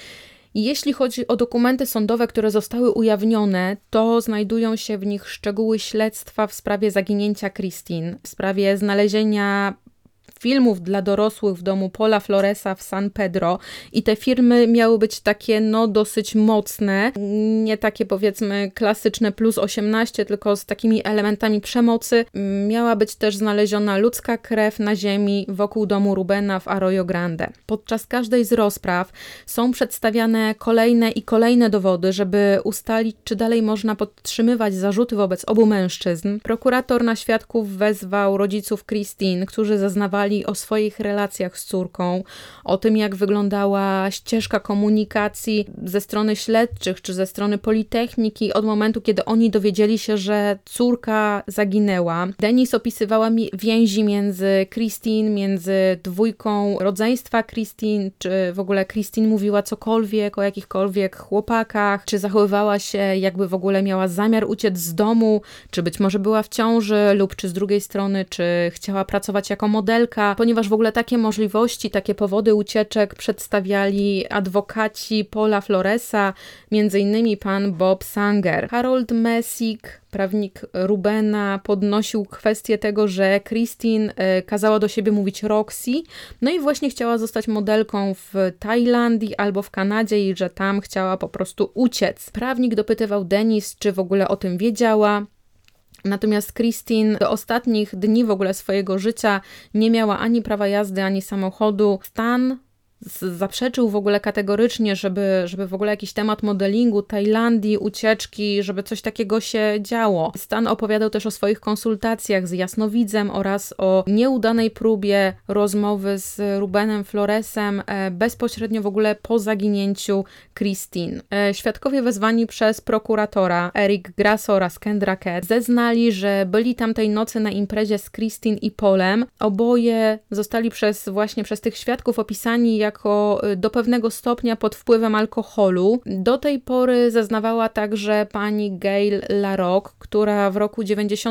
I jeśli chodzi o dokumenty sądowe, które zostały ujawnione, to znajdują się w nich szczegóły śledztwa w sprawie zaginięcia Christine, w sprawie znalezienia filmów dla dorosłych w domu Paula Floresa w San Pedro i te filmy miały być takie dosyć mocne, nie takie powiedzmy klasyczne plus 18, tylko z takimi elementami przemocy. Miała być też znaleziona ludzka krew na ziemi wokół domu Rubena w Arroyo Grande. Podczas każdej z rozpraw są przedstawiane kolejne i kolejne dowody, żeby ustalić, czy dalej można podtrzymywać zarzuty wobec obu mężczyzn. Prokurator na świadków wezwał rodziców Christine, którzy zeznawali o swoich relacjach z córką, o tym, jak wyglądała ścieżka komunikacji ze strony śledczych czy ze strony Politechniki od momentu, kiedy oni dowiedzieli się, że córka zaginęła. Denise opisywała więzi między Christine, między dwójką rodzeństwa Christine, czy w ogóle Christine mówiła cokolwiek o jakichkolwiek chłopakach, czy zachowywała się, jakby w ogóle miała zamiar uciec z domu, czy być może była w ciąży, lub czy z drugiej strony, czy chciała pracować jako modelka, ponieważ w ogóle takie możliwości, takie powody ucieczek przedstawiali adwokaci Paula Floresa, między innymi pan Bob Sanger. Harold Messick, prawnik Rubena, podnosił kwestię tego, że Christine kazała do siebie mówić Roxy, no i właśnie chciała zostać modelką w Tajlandii albo w Kanadzie i że tam chciała po prostu uciec. Prawnik dopytywał Denise, czy w ogóle o tym wiedziała. Natomiast Christine do ostatnich dni w ogóle swojego życia nie miała ani prawa jazdy, ani samochodu. Stan zaprzeczył w ogóle kategorycznie, żeby w ogóle jakiś temat modelingu, Tajlandii, ucieczki, żeby coś takiego się działo. Stan opowiadał też o swoich konsultacjach z jasnowidzem oraz o nieudanej próbie rozmowy z Rubenem Floresem bezpośrednio w ogóle po zaginięciu Christine. Świadkowie wezwani przez prokuratora Eric Grasso oraz Kendra Kett zeznali, że byli tamtej nocy na imprezie z Christine i Paulem. Oboje zostali przez tych świadków opisani jako do pewnego stopnia pod wpływem alkoholu. Do tej pory zeznawała także pani Gail LaRocque, która w roku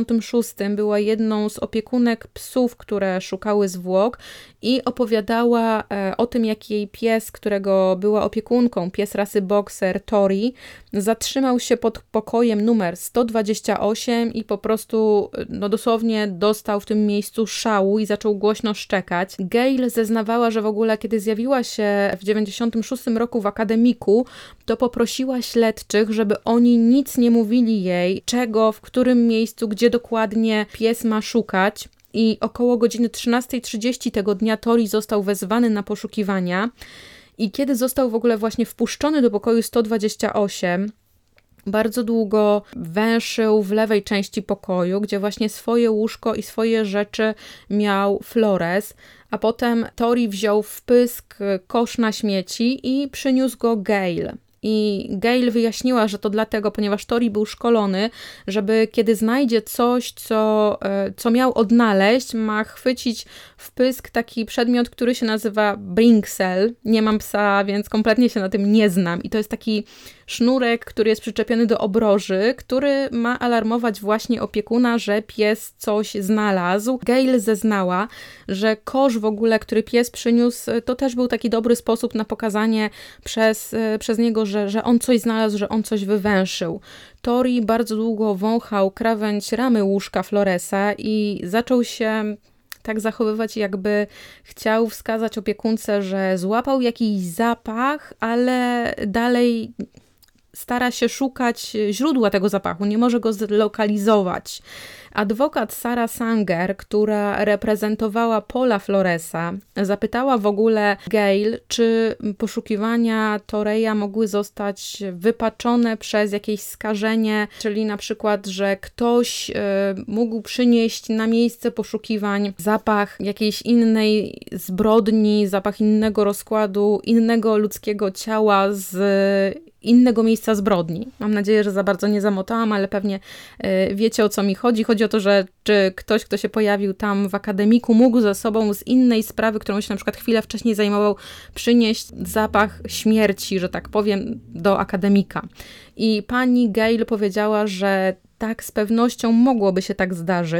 96 była jedną z opiekunek psów, które szukały zwłok i opowiadała o tym, jak jej pies, którego była opiekunką, pies rasy boxer Tori, zatrzymał się pod pokojem numer 128 i po prostu dosłownie dostał w tym miejscu szału i zaczął głośno szczekać. Gail zeznawała, że w ogóle kiedy zjawiła się w 96 roku w akademiku, to poprosiła śledczych, żeby oni nic nie mówili jej, czego, w którym miejscu, gdzie dokładnie pies ma szukać. I około godziny 13:30 tego dnia Tori został wezwany na poszukiwania i kiedy został w ogóle właśnie wpuszczony do pokoju 128, bardzo długo węszył w lewej części pokoju, gdzie właśnie swoje łóżko i swoje rzeczy miał Flores, a potem Tori wziął w pysk kosz na śmieci i przyniósł go Gail. I Gail wyjaśniła, że to dlatego, ponieważ Tori był szkolony, żeby kiedy znajdzie coś, co miał odnaleźć, ma chwycić w pysk taki przedmiot, który się nazywa brinksel. Nie mam psa, więc kompletnie się na tym nie znam. I to jest taki sznurek, który jest przyczepiony do obroży, który ma alarmować właśnie opiekuna, że pies coś znalazł. Gail zeznała, że kosz w ogóle, który pies przyniósł, to też był taki dobry sposób na pokazanie przez niego, że on coś znalazł, że on coś wywęszył. Tori bardzo długo wąchał krawędź ramy łóżka Floresa i zaczął się tak zachowywać, jakby chciał wskazać opiekunce, że złapał jakiś zapach, ale dalej stara się szukać źródła tego zapachu, nie może go zlokalizować. Adwokat Sarah Sanger, która reprezentowała Paula Floresa, zapytała w ogóle Gail, czy poszukiwania Toreya mogły zostać wypaczone przez jakieś skażenie, czyli na przykład, że ktoś mógł przynieść na miejsce poszukiwań zapach jakiejś innej zbrodni, zapach innego rozkładu, innego ludzkiego ciała z innego miejsca zbrodni. Mam nadzieję, że za bardzo nie zamotałam, ale pewnie wiecie, o co mi chodzi. Chodzi o to, że czy ktoś, kto się pojawił tam w akademiku, mógł ze sobą z innej sprawy, którą się na przykład chwilę wcześniej zajmował, przynieść zapach śmierci, że tak powiem, do akademika. I pani Gail powiedziała, że tak, z pewnością mogłoby się tak zdarzyć,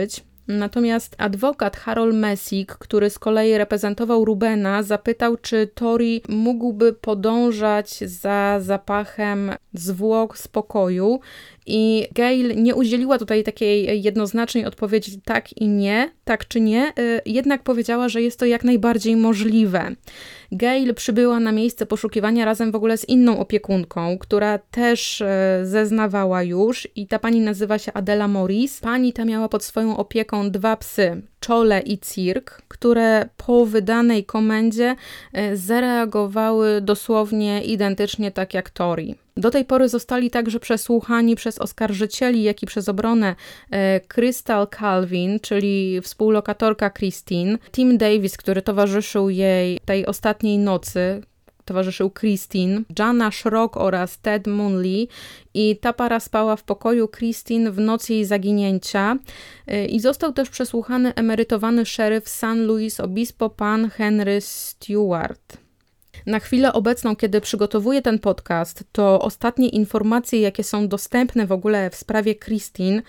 Natomiast adwokat Harold Messick, który z kolei reprezentował Rubena, zapytał, czy Tori mógłby podążać za zapachem zwłok z pokoju i Gail nie udzieliła tutaj takiej jednoznacznej odpowiedzi tak i nie, tak czy nie, jednak powiedziała, że jest to jak najbardziej możliwe. Gail przybyła na miejsce poszukiwania razem w ogóle z inną opiekunką, która też zeznawała już i ta pani nazywa się Adela Morris. Pani ta miała pod swoją opieką 2 psy, Chole i Cirk, które po wydanej komendzie zareagowały dosłownie identycznie tak jak Tori. Do tej pory zostali także przesłuchani przez oskarżycieli, jak i przez obronę Crystal Calvin, czyli współlokatorka Christine, Tim Davis, który towarzyszył jej tej ostatniej nocy, towarzyszył Christine, Jana Schrock oraz Ted Munley i ta para spała w pokoju Christine w noc jej zaginięcia i został też przesłuchany emerytowany szeryf San Luis Obispo pan Henry Stewart. Na chwilę obecną, kiedy przygotowuję ten podcast, to ostatnie informacje, jakie są dostępne w ogóle w sprawie Christine,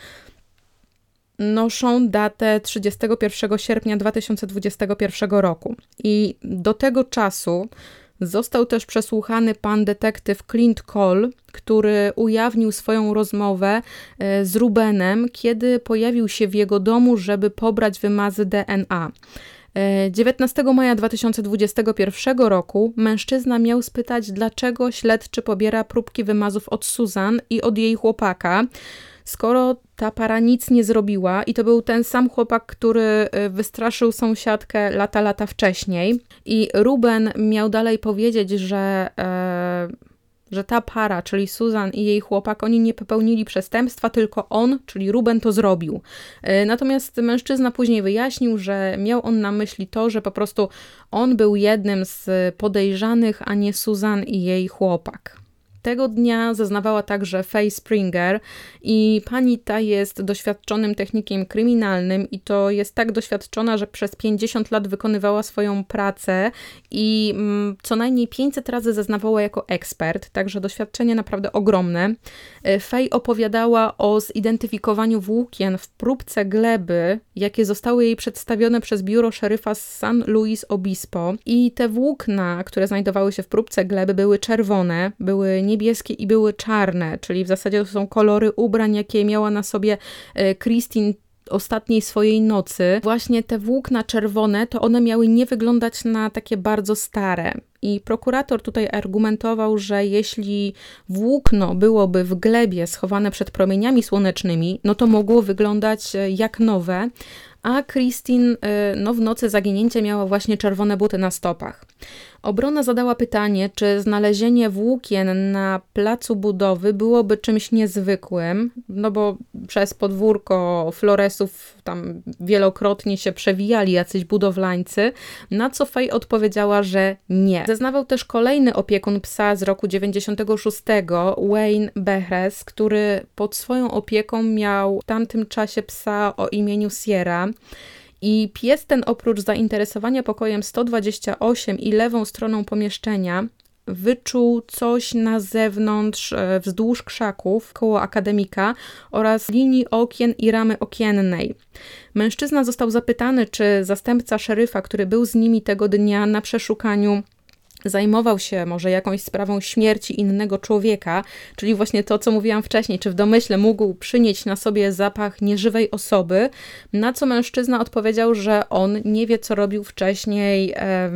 noszą datę 31 sierpnia 2021 roku. I do tego czasu został też przesłuchany pan detektyw Clint Cole, który ujawnił swoją rozmowę z Rubenem, kiedy pojawił się w jego domu, żeby pobrać wymazy DNA. 19 maja 2021 roku mężczyzna miał spytać, dlaczego śledczy pobiera próbki wymazów od Susan i od jej chłopaka, skoro ta para nic nie zrobiła i to był ten sam chłopak, który wystraszył sąsiadkę lata wcześniej. I Ruben miał dalej powiedzieć, że ta para, czyli Susan i jej chłopak, oni nie popełnili przestępstwa, tylko on, czyli Ruben, to zrobił. Natomiast mężczyzna później wyjaśnił, że miał on na myśli to, że po prostu on był jednym z podejrzanych, a nie Susan i jej chłopak. Tego dnia zeznawała także Faye Springer i pani ta jest doświadczonym technikiem kryminalnym i to jest tak doświadczona, że przez 50 lat wykonywała swoją pracę i co najmniej 500 razy zeznawała jako ekspert, także doświadczenie naprawdę ogromne. Faye opowiadała o zidentyfikowaniu włókien w próbce gleby, jakie zostały jej przedstawione przez biuro szeryfa z San Luis Obispo i te włókna, które znajdowały się w próbce gleby, były czerwone, były niebieskie i były czarne, czyli w zasadzie to są kolory ubrań, jakie miała na sobie Christine ostatniej swojej nocy. Właśnie te włókna czerwone, to one miały nie wyglądać na takie bardzo stare. I prokurator tutaj argumentował, że jeśli włókno byłoby w glebie schowane przed promieniami słonecznymi, no to mogło wyglądać jak nowe, a Christine w nocy zaginięcia miała właśnie czerwone buty na stopach. Obrona zadała pytanie, czy znalezienie włókien na placu budowy byłoby czymś niezwykłym, no bo przez podwórko Floresów tam wielokrotnie się przewijali jacyś budowlańcy, na co Faye odpowiedziała, że nie. Zeznawał też kolejny opiekun psa z roku 96, Wayne Behrez, który pod swoją opieką miał w tamtym czasie psa o imieniu Sierra. I pies ten oprócz zainteresowania pokojem 128 i lewą stroną pomieszczenia wyczuł coś na zewnątrz, wzdłuż krzaków koło akademika oraz linii okien i ramy okiennej. Mężczyzna został zapytany, czy zastępca szeryfa, który był z nimi tego dnia na przeszukaniu, zajmował się może jakąś sprawą śmierci innego człowieka, czyli właśnie to, co mówiłam wcześniej, czy w domyśle mógł przynieść na sobie zapach nieżywej osoby, na co mężczyzna odpowiedział, że on nie wie, co robił wcześniej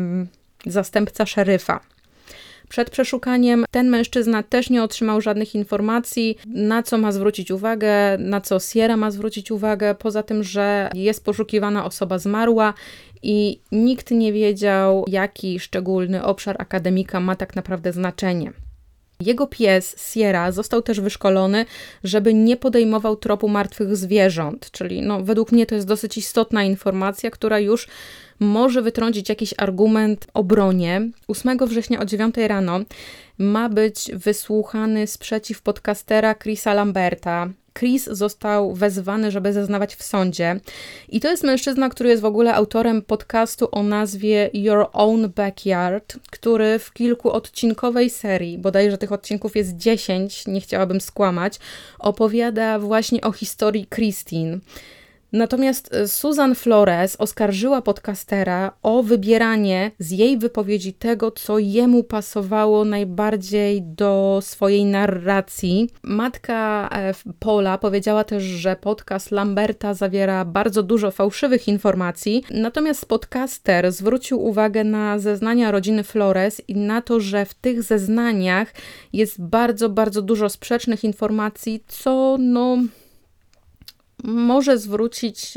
zastępca szeryfa. Przed przeszukaniem ten mężczyzna też nie otrzymał żadnych informacji, na co ma zwrócić uwagę, na co Sierra ma zwrócić uwagę, poza tym, że jest poszukiwana osoba zmarła i nikt nie wiedział, jaki szczególny obszar akademika ma tak naprawdę znaczenie. Jego pies, Sierra, został też wyszkolony, żeby nie podejmował tropu martwych zwierząt, czyli według mnie to jest dosyć istotna informacja, która już może wytrącić jakiś argument obronie. 8 września o 9 rano ma być wysłuchany sprzeciw podcastera Chrisa Lamberta. Chris został wezwany, żeby zeznawać w sądzie. I to jest mężczyzna, który jest w ogóle autorem podcastu o nazwie Your Own Backyard, który w kilkuodcinkowej serii, bodajże tych odcinków jest 10, nie chciałabym skłamać, opowiada właśnie o historii Christine. Natomiast Susan Flores oskarżyła podcastera o wybieranie z jej wypowiedzi tego, co jemu pasowało najbardziej do swojej narracji. Matka Paula powiedziała też, że podcast Lamberta zawiera bardzo dużo fałszywych informacji, natomiast podcaster zwrócił uwagę na zeznania rodziny Flores i na to, że w tych zeznaniach jest bardzo, bardzo dużo sprzecznych informacji, co może zwrócić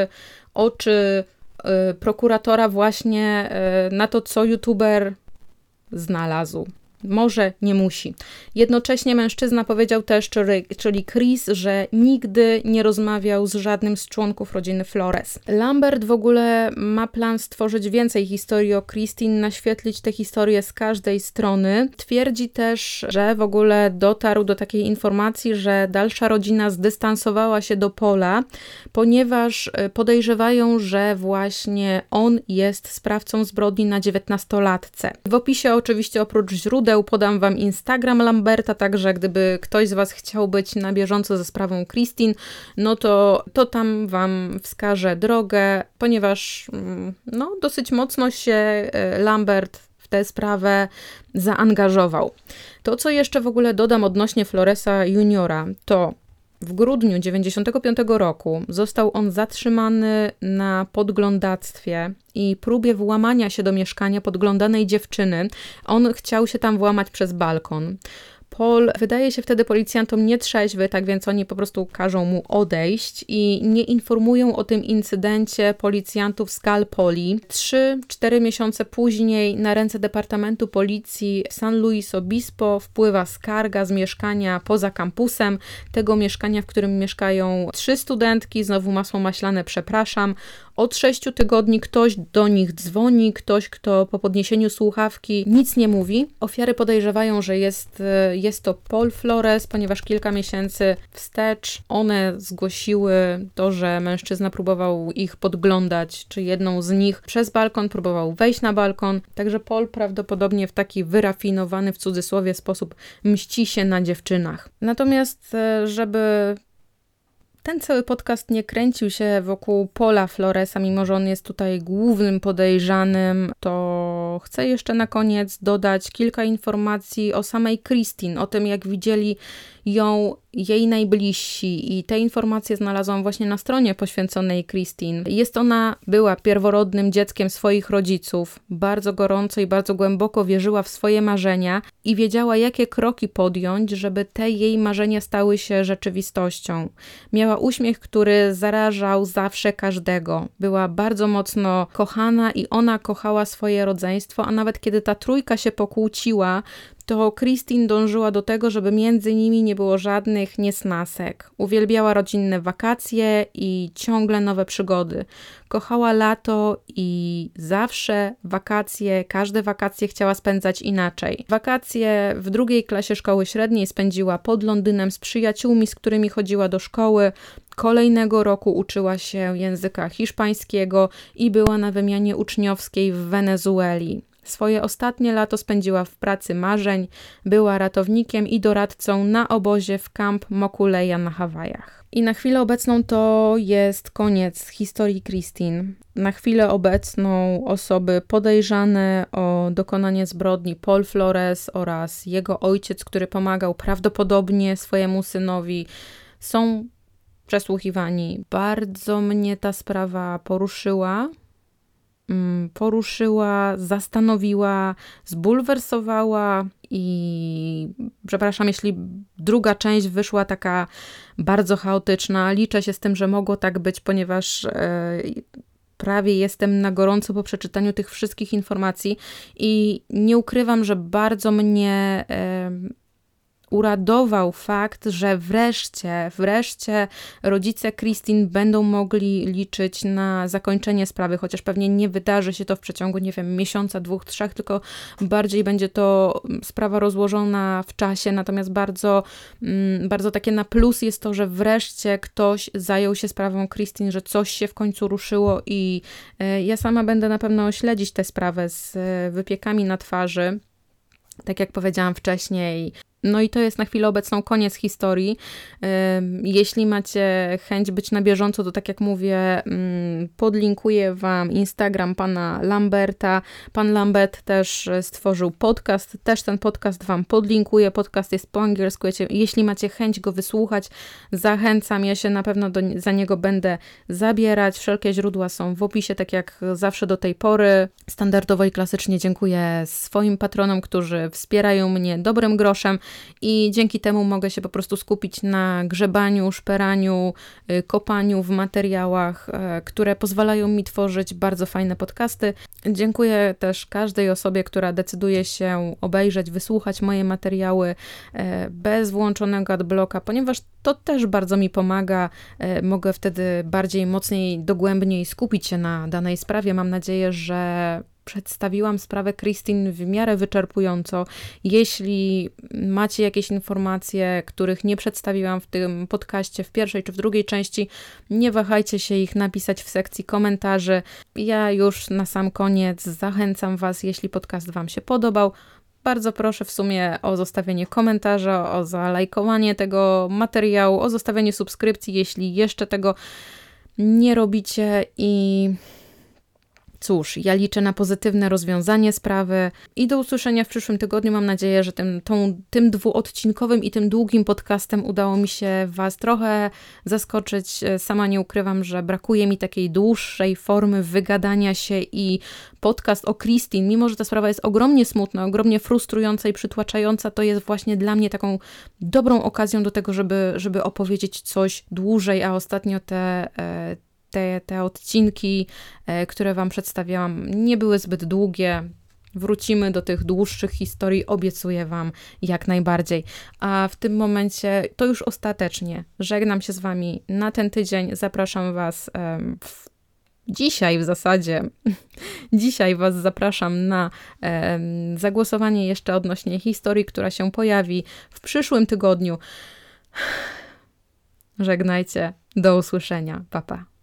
oczy prokuratora właśnie na to, co youtuber znalazł. Może nie musi. Jednocześnie mężczyzna powiedział też, czyli Chris, że nigdy nie rozmawiał z żadnym z członków rodziny Flores. Lambert w ogóle ma plan stworzyć więcej historii o Christine, naświetlić te historie z każdej strony. Twierdzi też, że w ogóle dotarł do takiej informacji, że dalsza rodzina zdystansowała się do Paula, ponieważ podejrzewają, że właśnie on jest sprawcą zbrodni na 19-latce. W opisie oczywiście oprócz źródeł podam wam Instagram Lamberta, także gdyby ktoś z was chciał być na bieżąco ze sprawą Christine, no to tam wam wskażę drogę, ponieważ dosyć mocno się Lambert w tę sprawę zaangażował. To, co jeszcze w ogóle dodam odnośnie Floresa Juniora, to w grudniu 1995 roku został on zatrzymany na podglądactwie i próbie włamania się do mieszkania podglądanej dziewczyny. On chciał się tam włamać przez balkon. Paul wydaje się wtedy policjantom nietrzeźwy, tak więc oni po prostu każą mu odejść i nie informują o tym incydencie policjantów z Cal Poly. 3-4 miesiące później na ręce Departamentu Policji San Luis Obispo wpływa skarga z mieszkania poza kampusem, tego mieszkania, w którym mieszkają 3 studentki, znowu masło maślane, przepraszam. Od 6 tygodni ktoś do nich dzwoni, ktoś, kto po podniesieniu słuchawki nic nie mówi. Ofiary podejrzewają, że jest to Paul Flores, ponieważ kilka miesięcy wstecz one zgłosiły to, że mężczyzna próbował ich podglądać, czy jedną z nich przez balkon, próbował wejść na balkon. Także Paul prawdopodobnie w taki wyrafinowany, w cudzysłowie, sposób mści się na dziewczynach. Natomiast, żeby ten cały podcast nie kręcił się wokół Paula Floresa, mimo że on jest tutaj głównym podejrzanym, to chcę jeszcze na koniec dodać kilka informacji o samej Christine, o tym, jak widzieli ją jej najbliżsi, i te informacje znalazłam właśnie na stronie poświęconej Christine. Była pierworodnym dzieckiem swoich rodziców, bardzo gorąco i bardzo głęboko wierzyła w swoje marzenia i wiedziała, jakie kroki podjąć, żeby te jej marzenia stały się rzeczywistością. Miała uśmiech, który zarażał zawsze każdego. Była bardzo mocno kochana i ona kochała swoje rodzeństwo, a nawet kiedy ta trójka się pokłóciła, to Christine dążyła do tego, żeby między nimi nie było żadnych niesnasek. Uwielbiała rodzinne wakacje i ciągle nowe przygody. Kochała lato i zawsze każde wakacje chciała spędzać inaczej. Wakacje w 2. klasie szkoły średniej spędziła pod Londynem z przyjaciółmi, z którymi chodziła do szkoły. Kolejnego roku uczyła się języka hiszpańskiego i była na wymianie uczniowskiej w Wenezueli. Swoje ostatnie lato spędziła w pracy marzeń, była ratownikiem i doradcą na obozie w Camp Mokuleia na Hawajach. I na chwilę obecną to jest koniec historii Christine. Na chwilę obecną osoby podejrzane o dokonanie zbrodni, Paul Flores oraz jego ojciec, który pomagał prawdopodobnie swojemu synowi, są przesłuchiwani. Bardzo mnie ta sprawa poruszyła, zastanowiła, zbulwersowała i przepraszam, jeśli druga część wyszła taka bardzo chaotyczna. Liczę się z tym, że mogło tak być, ponieważ prawie jestem na gorąco po przeczytaniu tych wszystkich informacji i nie ukrywam, że bardzo mnie uradował fakt, że wreszcie rodzice Christine będą mogli liczyć na zakończenie sprawy, chociaż pewnie nie wydarzy się to w przeciągu, miesiąca, 2, 3, tylko bardziej będzie to sprawa rozłożona w czasie, natomiast bardzo, bardzo takie na plus jest to, że wreszcie ktoś zajął się sprawą Christine, że coś się w końcu ruszyło i ja sama będę na pewno śledzić tę sprawę z wypiekami na twarzy. Tak jak powiedziałam wcześniej, No i to jest na chwilę obecną koniec historii. Jeśli macie chęć być na bieżąco, to tak jak mówię, podlinkuję Wam Instagram pana Lamberta. Pan Lambert też stworzył podcast, też ten podcast Wam podlinkuję. Podcast jest po angielsku. Jeśli macie chęć go wysłuchać, zachęcam. Ja się na pewno za niego będę zabierać. Wszelkie źródła są w opisie, tak jak zawsze do tej pory. Standardowo i klasycznie dziękuję swoim patronom, którzy wspierają mnie dobrym groszem i dzięki temu mogę się po prostu skupić na grzebaniu, szperaniu, kopaniu w materiałach, które pozwalają mi tworzyć bardzo fajne podcasty. Dziękuję też każdej osobie, która decyduje się obejrzeć, wysłuchać moje materiały bez włączonego adblocka, ponieważ to też bardzo mi pomaga. Mogę wtedy bardziej, mocniej, dogłębniej skupić się na danej sprawie. Mam nadzieję, że przedstawiłam sprawę Christine w miarę wyczerpująco. Jeśli macie jakieś informacje, których nie przedstawiłam w tym podcaście, w pierwszej czy w drugiej części, nie wahajcie się ich napisać w sekcji komentarzy. Ja już na sam koniec zachęcam Was, jeśli podcast Wam się podobał, bardzo proszę w sumie o zostawienie komentarza, o zalajkowanie tego materiału, o zostawienie subskrypcji, jeśli jeszcze tego nie robicie i cóż, ja liczę na pozytywne rozwiązanie sprawy i do usłyszenia w przyszłym tygodniu. Mam nadzieję, że tym dwuodcinkowym i tym długim podcastem udało mi się Was trochę zaskoczyć. Sama nie ukrywam, że brakuje mi takiej dłuższej formy wygadania się i podcast o Christine, mimo że ta sprawa jest ogromnie smutna, ogromnie frustrująca i przytłaczająca, to jest właśnie dla mnie taką dobrą okazją do tego, żeby opowiedzieć coś dłużej, a ostatnio te odcinki, które Wam przedstawiałam, nie były zbyt długie. Wrócimy do tych dłuższych historii, obiecuję Wam jak najbardziej. A w tym momencie to już ostatecznie żegnam się z Wami na ten tydzień. Zapraszam Was dzisiaj w zasadzie. Dzisiaj Was zapraszam na zagłosowanie jeszcze odnośnie historii, która się pojawi w przyszłym tygodniu. Żegnajcie. Do usłyszenia. Pa, pa.